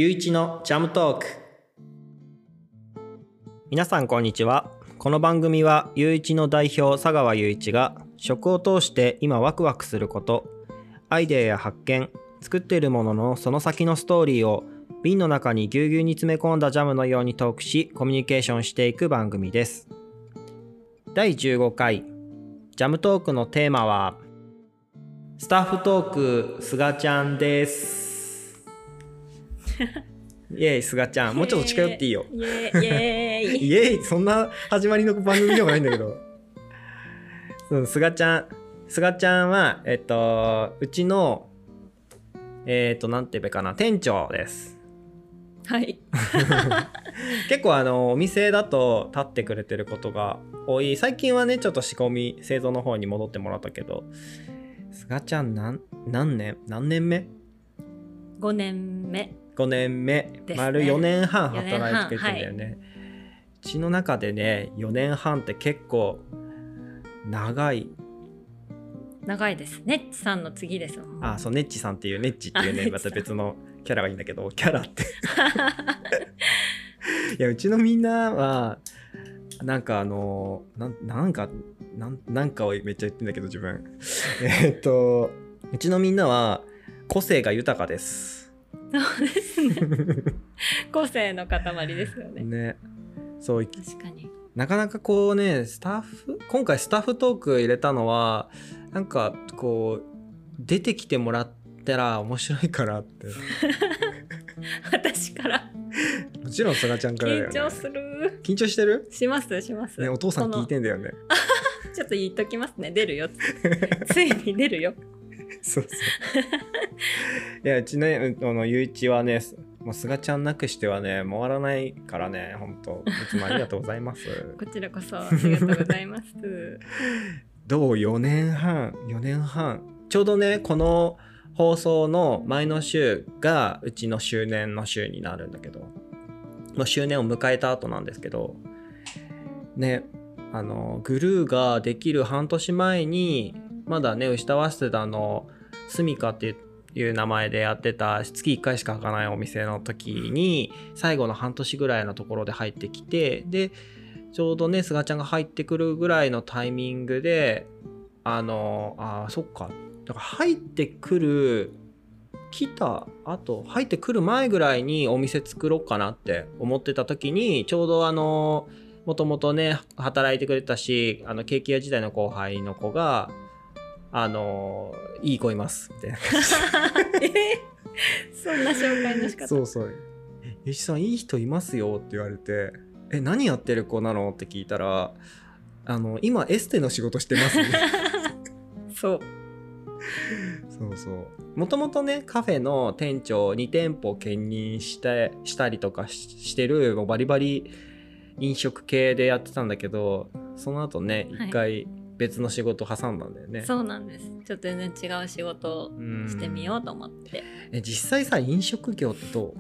ゆういちのジャムトーク。皆さんこんにちは。この番組はゆういちの代表佐川ゆういちが食を通して今ワクワクすること、アイデアや発見、作っているもののその先のストーリーを瓶の中にぎゅうぎゅうに詰め込んだジャムのようにトークし、コミュニケーションしていく番組です。第15回ジャムトークのテーマはスタッフトークすがちゃんです。イエーイすがちゃん、もうちょっと近寄っていいよ。 イエーイイエーイ、そんな始まりの番組でもないんだけどすがちゃんはうちのなんて言えばいいかな、店長です。 はい結構お店だと立ってくれてることが多い。最近はねちょっと仕込み製造の方に戻ってもらったけど、すがちゃん何年目 ?5 年目 5年目、 ね、 丸4年半働いてくれてるんだよね、はい、うちの中でね4年半って結構長いです。ネッチさんの次ですもん。 そう、ネッチさんっていう、ネッチっていうねまた別のキャラがいいんだけど、キャラっていやうちのみんなはなんかなんかをめっちゃ言ってんだけど自分うちのみんなは個性が豊かです。 そうですね個性の塊ですよね。 ね、そう、 確かになかなかこうね今回スタッフトーク入れたのはなんかこう出てきてもらったら面白いからって私からもちろんすがちゃんからだよね。 緊張する。 緊張してる？ します、 ね、お父さん聞いてんだよねちょっと言っときますね、出るよついに出るよそういやうちねゆういちはねもうすがちゃんなくしてはね回らないからね、本当いつもありがとうございますこちらこそありがとうございますどう4年半ちょうどねこの放送の前の週がうちの周年の週になるんだけど、もう周年を迎えた後なんですけどね、グルーができる半年前にまだね牛田早稲田のスミカっていう名前でやってた月1回しか開かないお店の時に最後の半年ぐらいのところで入ってきて、でちょうどねすがちゃんが入ってくるぐらいのタイミングでそっか、だから入ってくる前ぐらいにお店作ろうかなって思ってた時にちょうどもともとね働いてくれたしケーキ屋時代の後輩の子がいい子いますみたいなそんな紹介の仕方。 そうゆうちさんいい人いますよって言われて、何やってる子なのって聞いたら今エステの仕事してますねそうもともとねカフェの店長2店舗兼任したりとかしてるもうバリバリ飲食系でやってたんだけど、その後ね一回別の仕事挟んだんだよね、はい、 そうなんです。ちょっと全然違う仕事をしてみようと思って。 実際さ飲食業ってどう？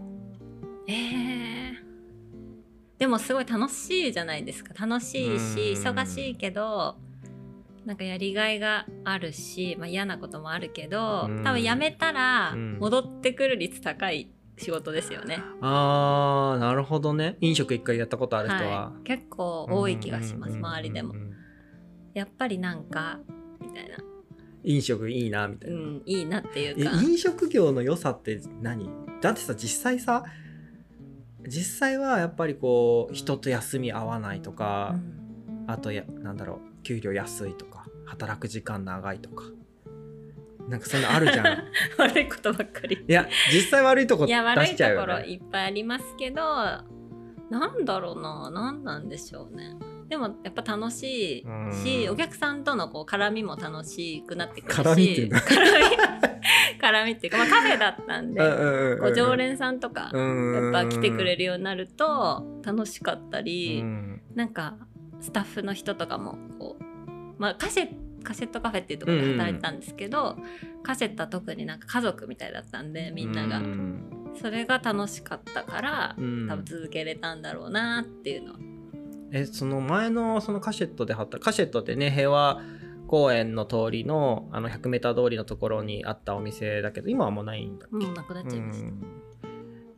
でもすごい楽しいじゃないですか。楽しいし忙しいけどなんかやりがいがあるし、嫌なこともあるけど多分辞めたら戻ってくる率高い仕事ですよね。 なるほどね。飲食一回やったことある人は、 結構多い気がします。周りでもやっぱりなんかみたいな、 飲食いいなみたいな、 いいなっていうか。 飲食業の良さって何？だってさ実際はやっぱりこう人と休み合わないとか、あとなんだろう、給料安いとか働く時間長いとかなんかそういうのあるじゃん悪いことばっかり。 いや実際悪いとこ出しちゃうよね。 悪いところいっぱいありますけど、なんだろうな、なんなんでしょうね。でもやっぱ楽しいし、お客さんとのこう絡みも楽しくなってくるし。 絡みっていうんだ絡みっていうか、カフェだったんでこう常連さんとかやっぱ来てくれるようになると楽しかったり、なんかスタッフの人とかもこう、カセットカフェっていうところで働いてたんですけど、カセットは特になんか家族みたいだったんでみんなが、それが楽しかったから多分続けれたんだろうなっていうのは。 その前のそのカシェットってね平和公園の通りの100m通りのところにあったお店だけど今はもうないんだっけ？ もうなくなっちゃいました。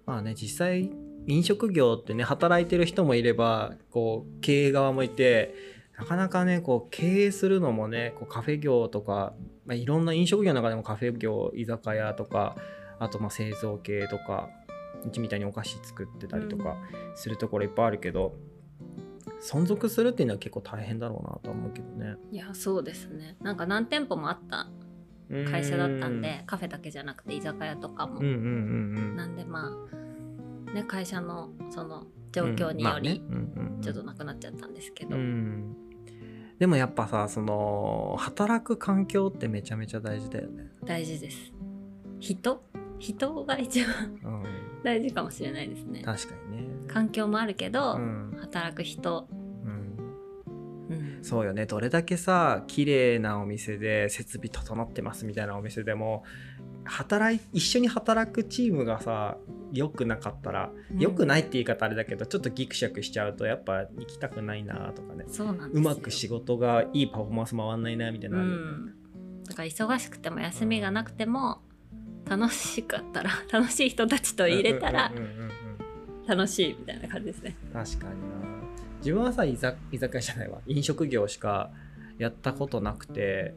まあね、実際飲食業ってね、働いてる人もいればこう経営側もいて、なかなかねこう経営するのもね、こうカフェ業とか、まあ、いろんな飲食業の中でもカフェ業、居酒屋とか、あとまあ製造系とか、うちみたいにお菓子作ってたりとかするところいっぱいあるけど、存続するっていうのは結構大変だろうなとは思うけどね。 いやそうですね。なんか何店舗もあった会社だったんで、カフェだけじゃなくて居酒屋とかも、なんでまあね、会社のその状況によりちょっとなくなっちゃったんですけど、 でもやっぱさ、その働く環境ってめちゃめちゃ大事だよね。 大事です。人が一番大事かもしれないですね。 確かにね。環境もあるけど、働く人、 そうよね。どれだけさ綺麗なお店で設備整ってますみたいなお店でも、一緒に働くチームがさ良くなかったら、良くないって言い方あれだけど、ちょっとギクシャクしちゃうとやっぱ行きたくないなとかね。 そうなんですよ。 うまく仕事がいいパフォーマンス回んないなみたいな、 だから忙しくても休みがなくても、楽しかったら、楽しい人たちと入れたら楽しいみたいな感じですね。 確かにな。自分はさ居酒屋じゃないわ、飲食業しかやったことなくて、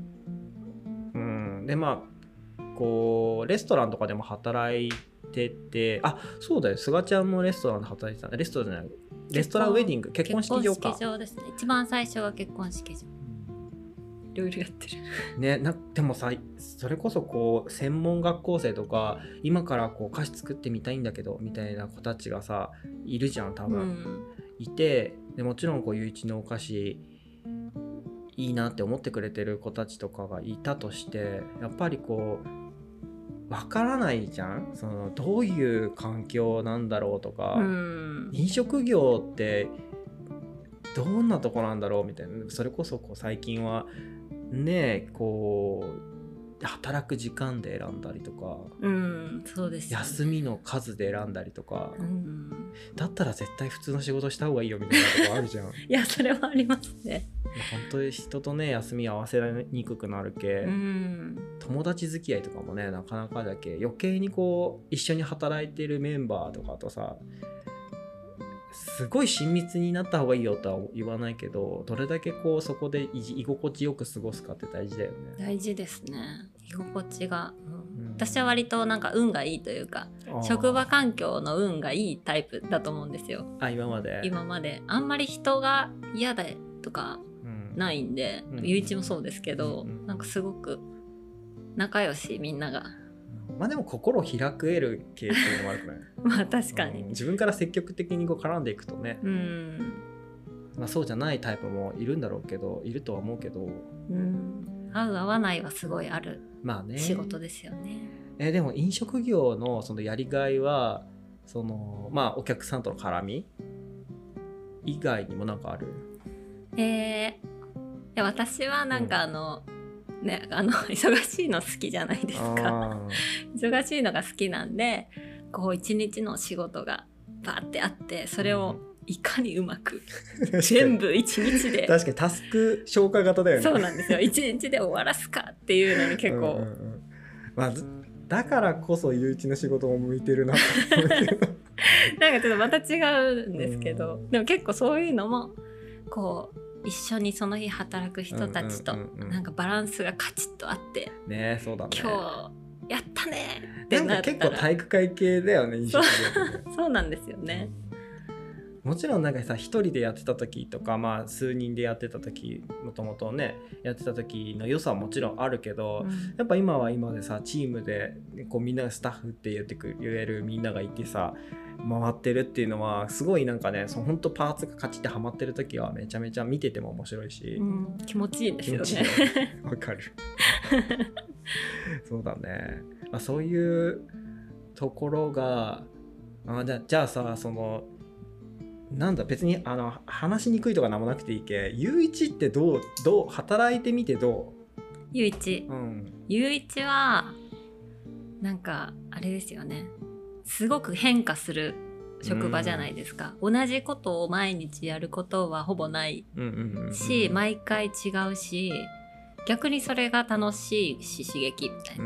でまあこうレストランとかでも働いてて、あ、そうだよ、すがちゃんもレストランで働いてた。レストランじゃない、レストランウェディング、結婚式場か。 結婚式場ですね。一番最初が結婚式場。いろいろやってるね。でもさ、それこそこう専門学校生とか、今からこう菓子作ってみたいんだけどみたいな子たちがさいるじゃん、多分、いて、でもちろんこうゆういちのお菓子いいなって思ってくれてる子たちとかがいたとして、やっぱりこうわからないじゃん、そのどういう環境なんだろうとか、飲食業ってどんなとこなんだろうみたいな。それこそこう最近はね、こう働く時間で選んだりとか、 そうですよね、 休みの数で選んだりとか、だったら絶対普通の仕事した方がいいよみたいなとこあるじゃんいやそれはありますね。 本当に人とね休み合わせにくくなるけ、友達付き合いとかもねなかなかだけ、余計にこう一緒に働いてるメンバーとかとさ、すごい親密になった方がいいよとは言わないけど、どれだけこうそこで居心地よく過ごすかって大事だよね。 大事ですね、居心地が、私は割となんか運がいいというか、職場環境の運がいいタイプだと思うんですよ。 今まであんまり人が嫌だとかないんで、ゆういちもそうですけど、なんかすごく仲良し、みんなが。 まあでも心を開く得る系っていうのも悪くないまあ確かに、 自分から積極的にこう絡んでいくとね、まあ、そうじゃないタイプもいるんだろうけど、いるとは思うけど、 合う合わないはすごいある、仕事ですよね。 でも飲食業のそのやりがいは、そのまあお客さんとの絡み以外にもなんかある？ いや私はなんか忙しいの好きじゃないですか忙しいのが好きなんで、こう一日の仕事がバーってあって、それをいかにうまく全部一日で確かにタスク消化型だよね。 そうなんですよ、一日で終わらすかっていうのに結構まあ、だからこそゆういちの仕事も向いてるなと思うけどなんかちょっとまた違うんですけど、でも結構そういうのもこう一緒にその日働く人たちとなんかバランスがカチッとあってね、そうだね、 今日やったねってなったら、 なんか結構体育会系だよね、飲食業って。 そうなんですよね、 もちろんなんかさ一人でやってた時とか、まあ数人でやってた時、もともとねやってた時の良さはもちろんあるけど、やっぱ今は今でさチームでこうみんながスタッフって言えるみんながいてさ回ってるっていうのはすごいなんかね、その本当パーツがカチッてはまってる時はめちゃめちゃ見てても面白いし、 気持ちいいんですよね。 わかるそうだね、まあ、そういうところがじゃあさ、そのなんだ、別に話しにくいとかなんもなくていいけ、ゆういちってどう働いてみてどう？ ゆういち、ゆういちはなんかあれですよね、すごく変化する職場じゃないですか、同じことを毎日やることはほぼないし、毎回違うし、逆にそれが楽しいし刺激みたいな、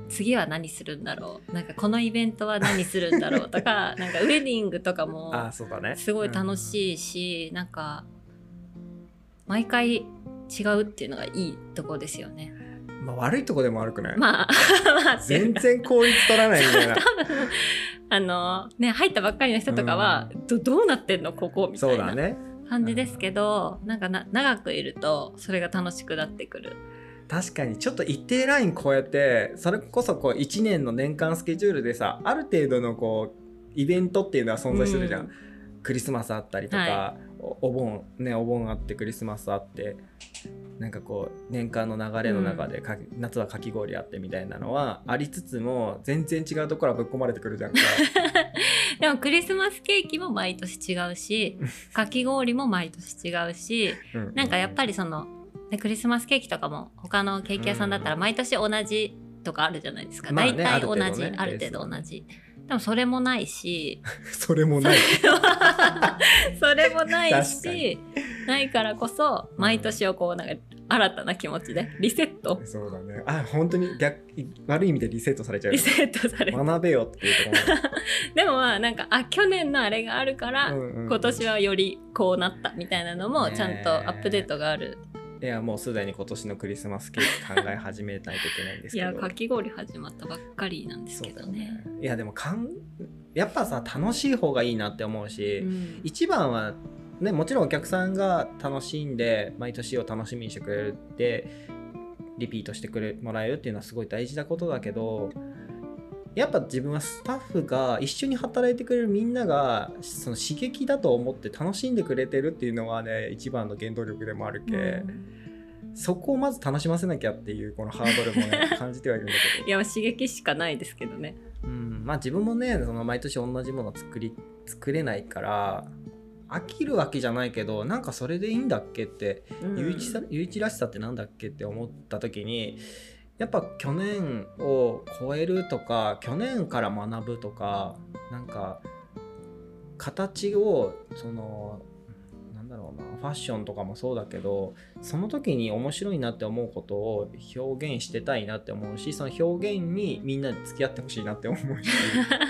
次は何するんだろう、なんかこのイベントは何するんだろうとかなんかウェディングとかもすごい楽しいし、なんか毎回違うっていうのがいいとこですよね。 まあ、悪いとこでも悪くない？ まあ全然効率取らないみたいな多分ね、入ったばっかりの人とかは、どうなってんのここみたいな感じですけど、なんか長くいるとそれが楽しくなってくる。 確かにちょっと一定ライン超えて、それこそこう1年の年間スケジュールでさ、ある程度のこうイベントっていうのは存在するじゃん、クリスマスあったりとか、はい、お盆あってクリスマスあって、なんかこう年間の流れの中で夏はかき氷あってみたいなのはありつつも、全然違うところはぶっ込まれてくるじゃんかでもクリスマスケーキも毎年違うしかき氷も毎年違うしなんかやっぱりそのクリスマスケーキとかも他のケーキ屋さんだったら毎年同じとかあるじゃないですか、大体同じ、ある程度同じ。でもそれもないしそれもないそれもないし、ないからこそ毎年をこうなんか新たな気持ちでリセット。 そうだね。本当に悪い意味でリセットされちゃう。 リセットされ学べよっていうところでもまあなんか去年のあれがあるから、今年はよりこうなったみたいなのもちゃんとアップデートがある。 いやもうすでに今年のクリスマスケーキ考え始めないといけないんですけどいやかき氷始まったばっかりなんですけど ね。 いやでもやっぱさ楽しい方がいいなって思うし、一番はね、もちろんお客さんが楽しんで毎年を楽しみにしてくれるってリピートしてもらえるっていうのはすごい大事なことだけど、やっぱ自分はスタッフが一緒に働いてくれるみんながその刺激だと思って楽しんでくれてるっていうのはね、一番の原動力でもあるけ、そこをまず楽しませなきゃっていうこのハードルもね感じてはいるんだけどいや刺激しかないですけどね。 まあ自分もねその毎年同じもの作れないから飽きるわけじゃないけど、なんかそれでいいんだっけって、ゆういちらしさってなんだっけって思った時に、やっぱ去年を超えるとか去年から学ぶとか、なんか形をそのなんだろうな、ファッションとかもそうだけど、その時に面白いなって思うことを表現してたいなって思うし、その表現にみんなで付き合ってほしいなって思うし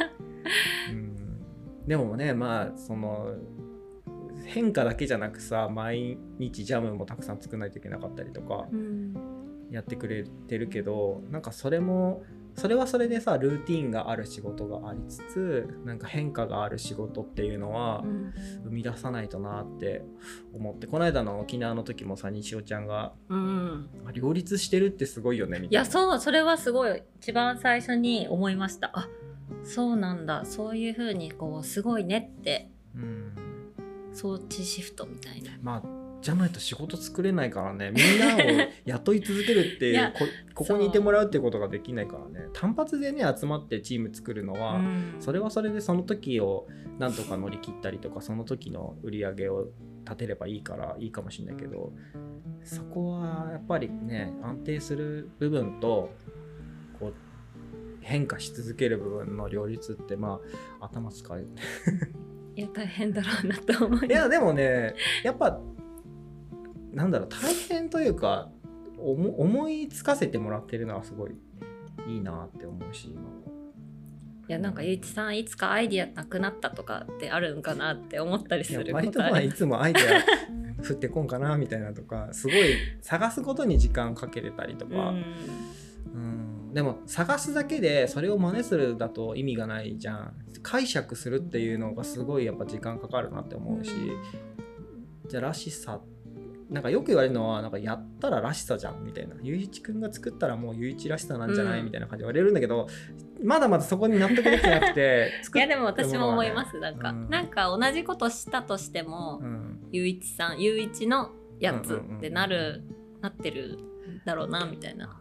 でもね、まあその変化だけじゃなくさ、毎日ジャムもたくさん作らないといけなかったりとかやってくれてるけど、なんかそれはそれでさ、ルーティンがある仕事がありつつ、なんか変化がある仕事っていうのは生み出さないとなって思って、この間の沖縄の時もさ、西尾ちゃんが、両立してるってすごいよねみたいな。 いやそれはすごい一番最初に思いました。あ、そうなんだ、そういう風にこうすごいねって、装置シフトみたいな。 まあじゃないと仕事作れないからね、みんなを雇い続けるっていうここにいてもらうってことができないからね。単発でね集まってチーム作るのは、それはそれでその時をなんとか乗り切ったりとか、その時の売り上げを立てればいいからいいかもしれないけど、そこはやっぱりね、安定する部分とこう変化し続ける部分の両立って、まあ頭使ういや大変だろうなと思い。 いやでもね、やっぱなんだろう、大変というか思いつかせてもらってるのはすごいいいなって思うし、今も。 いやなんかゆういちさんいつかアイディアなくなったとかってあるんかなって思ったりすることあります。 割とまあいつもアイデア降ってこんかなみたいなとか、すごい探すことに時間かけれたりとか、でも探すだけでそれを真似するだと意味がないじゃん。解釈するっていうのがすごいやっぱ時間かかるなって思うし、じゃあらしさ、なんかよく言われるのは、なんかやったららしさじゃんみたいな、ゆういちくんが作ったらもうゆういちらしさなんじゃない、みたいな感じで言われるんだけど、まだまだそこに納得できてなくていやでも私も思います。なんか同じことしたとしても、ゆういちさん、ゆういちのやつってなってるだろうなみたいな。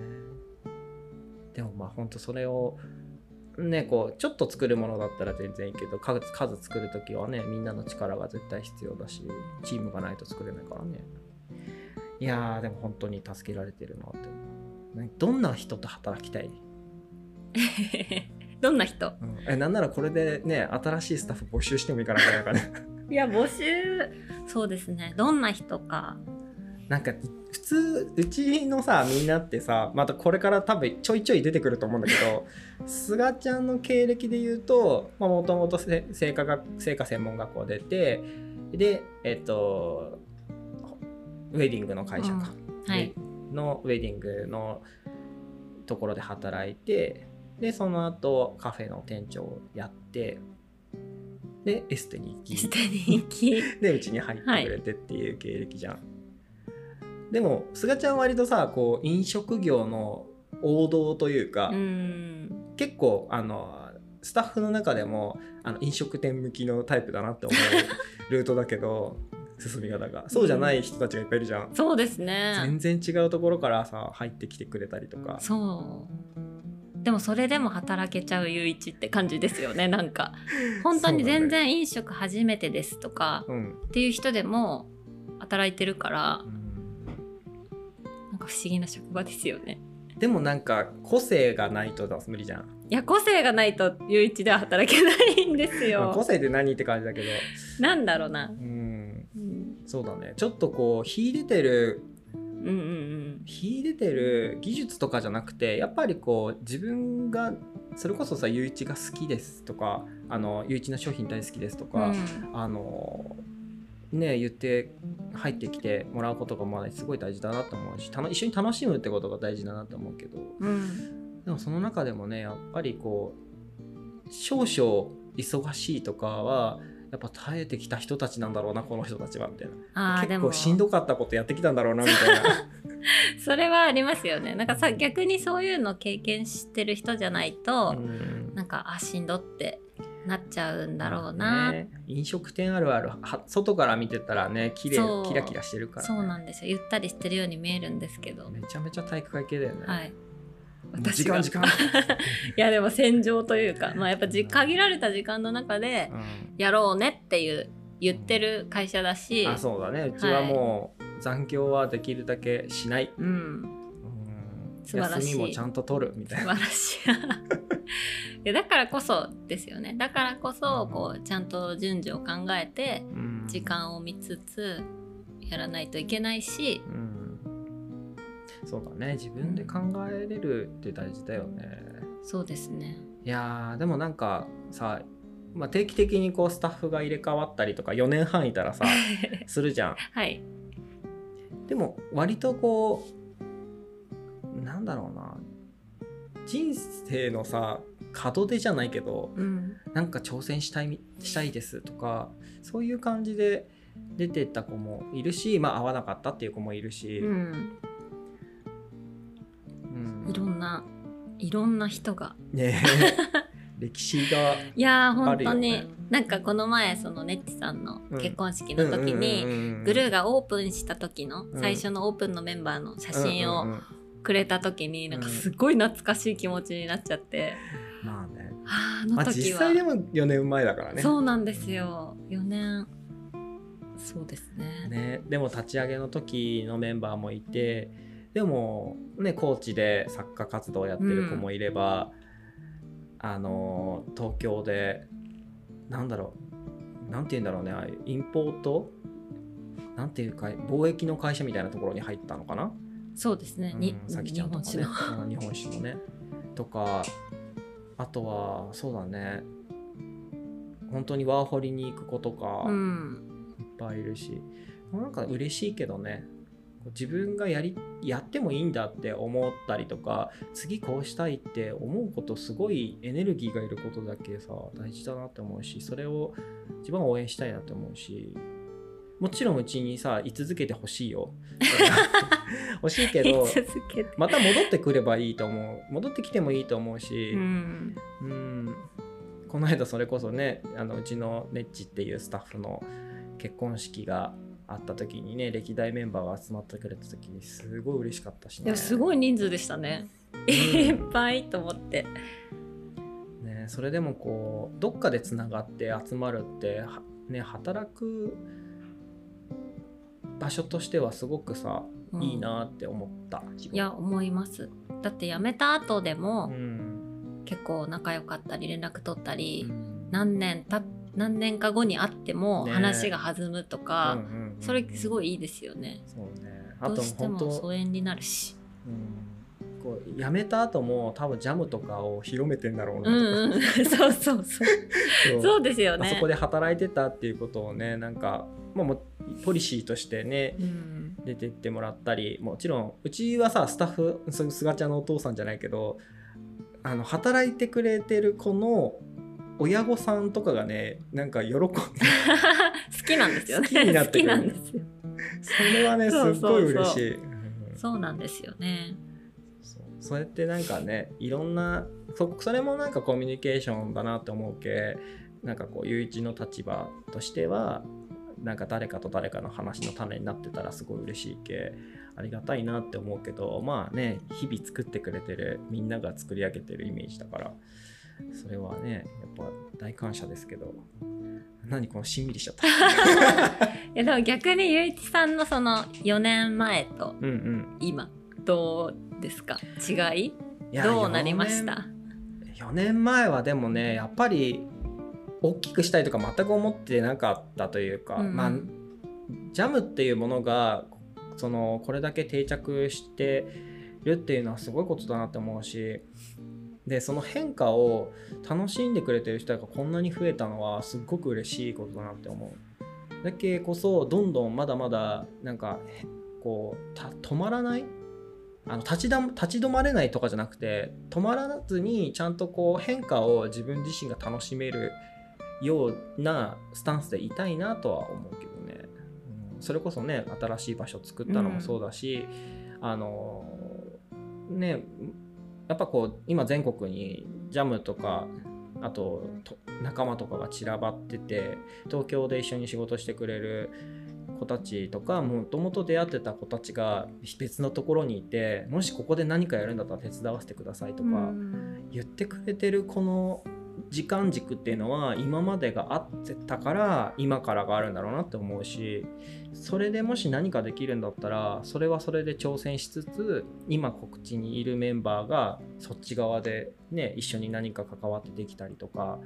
でもまあほんとそれをね、こうちょっと作るものだったら全然いいけど、数作るときはね、みんなの力が絶対必要だし、チームがないと作れないからね。いやーでも本当に助けられてるなって思う。どんな人と働きたい？ どんな人？ なんならこれでね、新しいスタッフ募集してもいいかなみたいな。 いや募集、そうですね、どんな人か。 なんか普通うちのさみんなってさ、またこれから多分ちょいちょい出てくると思うんだけどすがちゃんの経歴で言うともともと製菓専門学校出てでウェディングの会社か、 はい、 のウェディングのところで働いて、でその後カフェの店長をやって、でエステに行きでうちに入ってくれてっていう経歴じゃん、はい、でもすがちゃん割とさこう飲食業の王道というか、結構スタッフの中でも飲食店向きのタイプだなって思うルートだけど進み方がそうじゃない人たちがいっぱいいるじゃん、 そうですね、 全然違うところからさ入ってきてくれたりとか。 そうでもそれでも働けちゃうゆういちって感じですよね。なんか本当に全然飲食初めてですとかっていう人でも働いてるから、なんか不思議な職場ですよね。 でもなんか個性がないと無理じゃん。 いや個性がないとゆういちでは働けないんですよ、 まあ、個性って何って感じだけどなんだろうな、 そうだね、ちょっとこう秀でてる秀でてる技術とかじゃなくて、やっぱりこう自分がそれこそさゆういちが好きですとかゆういちの商品大好きですとか、ね言って入ってきてもらうことがまあすごい大事だなと思うし、一緒に楽しむってことが大事だなと思うけど、でもその中でもねやっぱりこう少々忙しいとかはやっぱ耐えてきた人たちなんだろうなこの人たちはみたいな、結構しんどかったことやってきたんだろうなみたいなそれはありますよね。なんかさ逆にそういうの経験してる人じゃないと、なんかしんどってなっちゃうんだろうな、 飲食店あるある外から見てたらねキラキラしてるから、ね、 そうなんですよ。ゆったりしてるように見えるんですけどめちゃめちゃ体育会系だよね。 はい、 時間いやでも戦場というか、まあ、やっぱ限られた時間の中でやろうねっていう言ってる会社だし、 そうだね、うちはもう残業はできるだけしない、素晴らしい、休みもちゃんと取るみたいな、 素晴らしいいやだからこそですよね。だからこそこうちゃんと順序を考えて時間を見つつやらないといけないし、 そうだね、自分で考えれるって大事だよね。 そうですね。 いやでもなんかさ、定期的にこうスタッフが入れ替わったりとか4年半いたらさするじゃん。 はい。 でも割とこうなんだろうな、人生のさ門出じゃないけど、なんか挑戦したいですとかそういう感じで出てった子もいるし、合わなかったっていう子もいるし、 いろんな人がね歴史があるよね。 いや本当になんかこの前そのネッチさんの結婚式の時にグルーがオープンした時の最初のオープンのメンバーの写真をくれた時になんかすごい懐かしい気持ちになっちゃって、 まあね、 の時は実際でも4年前だからね。 そうなんですよ、4年。そうですね。 でも立ち上げの時のメンバーもいて、でもね高知で作家活動をやってる子もいれば、東京でなんて言うんだろうね、インポートなんていうか貿易の会社みたいなところに入ったのかな。 そうですね、 さきちゃんとかね日本酒のねとか、あとはそうだね、本当にワーホリに行く子とかいっぱいいるし、なんか嬉しいけどね、自分がやってもいいんだって思ったりとか、次こうしたいって思うこと、すごいエネルギーがいることだけさ大事だなって思うし、それを自分は応援したいなって思うし、もちろんうちにさ居続けてほしいよ欲しいけどまた戻ってくればいいと思う、戻ってきてもいいと思うし、この間それこそねうちのネッチっていうスタッフの結婚式があった時にね、歴代メンバーが集まってくれた時にすごい嬉しかったしね。 いやすごい人数でしたね、いっぱいと思ってね。それでもこうどっかでつながって集まるってね、働く場所としてはすごくさ、いいなって思った。 いや思います。だって辞めた後でも、結構仲良かったり連絡取ったり、何年か後に会っても話が弾むとか、それすごいいいですよね。 そうね。 どうしても疎遠になるし、 こう辞めた後も多分ジャムとかを広めてんだろうなとか、 そうそうそうですよね。 あそこで働いてたっていうことをね、なんかもうポリシーとしてね、出てってもらったり、もちろんうちはさスタッフ、すがちゃんのお父さんじゃないけど、働いてくれてる子の親御さんとかがね、なんか喜んで好きなんですよね。 好きになってくれる。 好きなんですよ。 それはね、すっごい嬉しい。 そうなんですよね。 そうやってなんかね、いろんな それもなんかコミュニケーションだなって思うけ、なんかこうゆういちの立場としてはなんか誰かと誰かの話の種になってたらすごい嬉しいけ、ありがたいなって思うけど、まあね、日々作ってくれてるみんなが作り上げてるイメージだから、それはねやっぱ大感謝ですけど、何このしんみりしちゃったでも逆にゆういちさんのその4年前と今、どうですか、違いどうなりました？ 4年前はでもね、やっぱり大きくしたいとか全く思ってなかったというか、まあジャムっていうものがこれだけ定着してるっていうのはすごいことだなって思うし、でその変化を楽しんでくれてる人がこんなに増えたのはすっごく嬉しいことだなって思う。だけこそどんどんまだまだなんかこう止まらない、立ち止まれないとかじゃなくて、止まらずにちゃんとこう変化を自分自身が楽しめるようなスタンスでいたいなとは思うけどね、それこそね新しい場所を作ったのもそうだし、ね、やっぱこう今全国にジャムとかあと仲間とかが散らばってて、東京で一緒に仕事してくれる子たちとか、もともと出会ってた子たちが別のところにいて、もしここで何かやるんだったら手伝わせてくださいとか言ってくれてるこの時間軸っていうのは今までがあってたから今からがあるんだろうなって思うし、それでもし何かできるんだったらそれはそれで挑戦しつつ、今告知にいるメンバーがそっち側でね一緒に何か関わってできたりとか、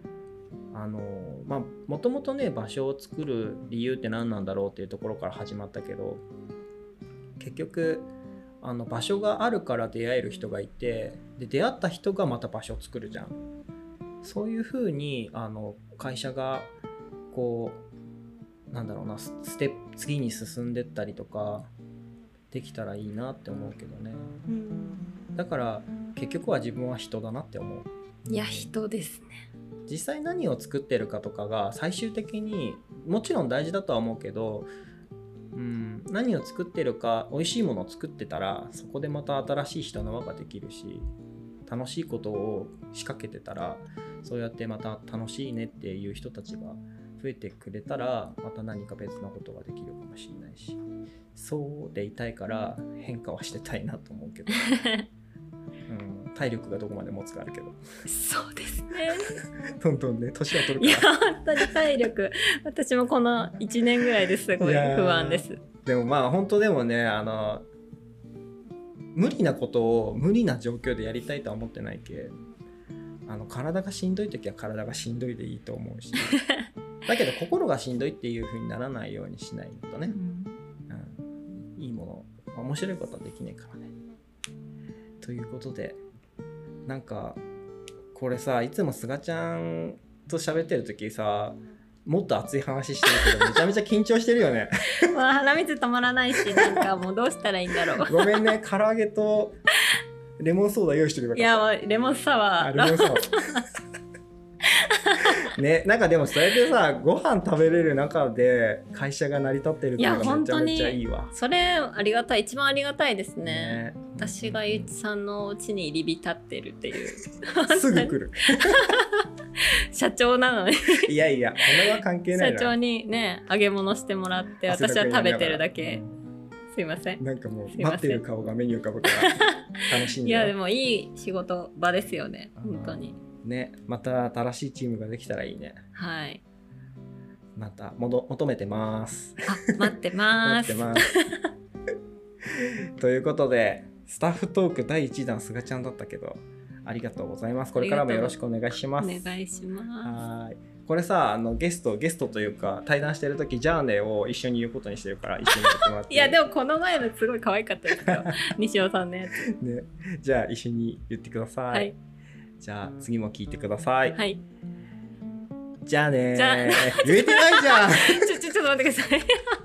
もともとね場所を作る理由って何なんだろうっていうところから始まったけど、結局場所があるから出会える人がいて、で出会った人がまた場所を作るじゃん。そういう風に会社がこうなんだろうな、次に進んでったりとかできたらいいなって思うけどね。だから結局は自分は人だなって思う。 いや人ですね。 実際何を作ってるかとかが最終的にもちろん大事だとは思うけど、何を作ってるか、美味しいものを作ってたらそこでまた新しい人の輪ができるし、楽しいことを仕掛けてたらそうやってまた楽しいねっていう人たちが増えてくれたらまた何か別のことができるかもしれないし、そうでいたいから変化はしてたいなと思うけど、体力がどこまで持つかあるけど。 そうですねどんどんね年は取るから。 いや本当に体力私もこの1年ぐらいですごい不安です。 でもまあ本当でもね、無理なことを無理な状況でやりたいとは思ってないけ、体がしんどい時は体がしんどいでいいと思うしだけど心がしんどいっていう風にならないようにしないとね、いいもの面白いことはできないからね。ということで、なんかこれさ、いつもすがちゃんと喋ってる時さもっと熱い話してるけどめちゃめちゃ緊張してるよねまあ鼻水止まらないし、なんかもうどうしたらいいんだろうごめんね、唐揚げとレモンソーダ用意してるから。 いやもうレモンサワーレモンサワーね、なんかでもそれでさご飯食べれる中で会社が成り立ってるっていうのがめちゃめちゃいいわ。 それありがたい、一番ありがたいですね。私がゆういちさんのお家に入り浸ってるっていうすぐ来る社長なのにいやいやこれは関係ないな。 社長にね揚げ物してもらって私は食べてるだけ。すいません。 なんかもう待ってる顔が目に浮かぶから楽しいんだよ。 いやでもいい仕事場ですよね本当にね。また新しいチームができたらいいね。 はい、 また求めてます。 待ってます待ってますということでスタッフトーク第1弾すがちゃんだったけどありがとうございます。これからもよろしくお願いします。 お願いします。 はい。 これさゲストというか対談してる時じゃあねを一緒に言うことにしてるから一緒に言ってもらっていやでもこの前のすごい可愛かったですよ西尾さんのやつ、 ね、じゃあ一緒に言ってください、はい、じゃあ次も聞いてください。 はい。 じゃあねー。言えてないじゃん。 ちょっと待ってください。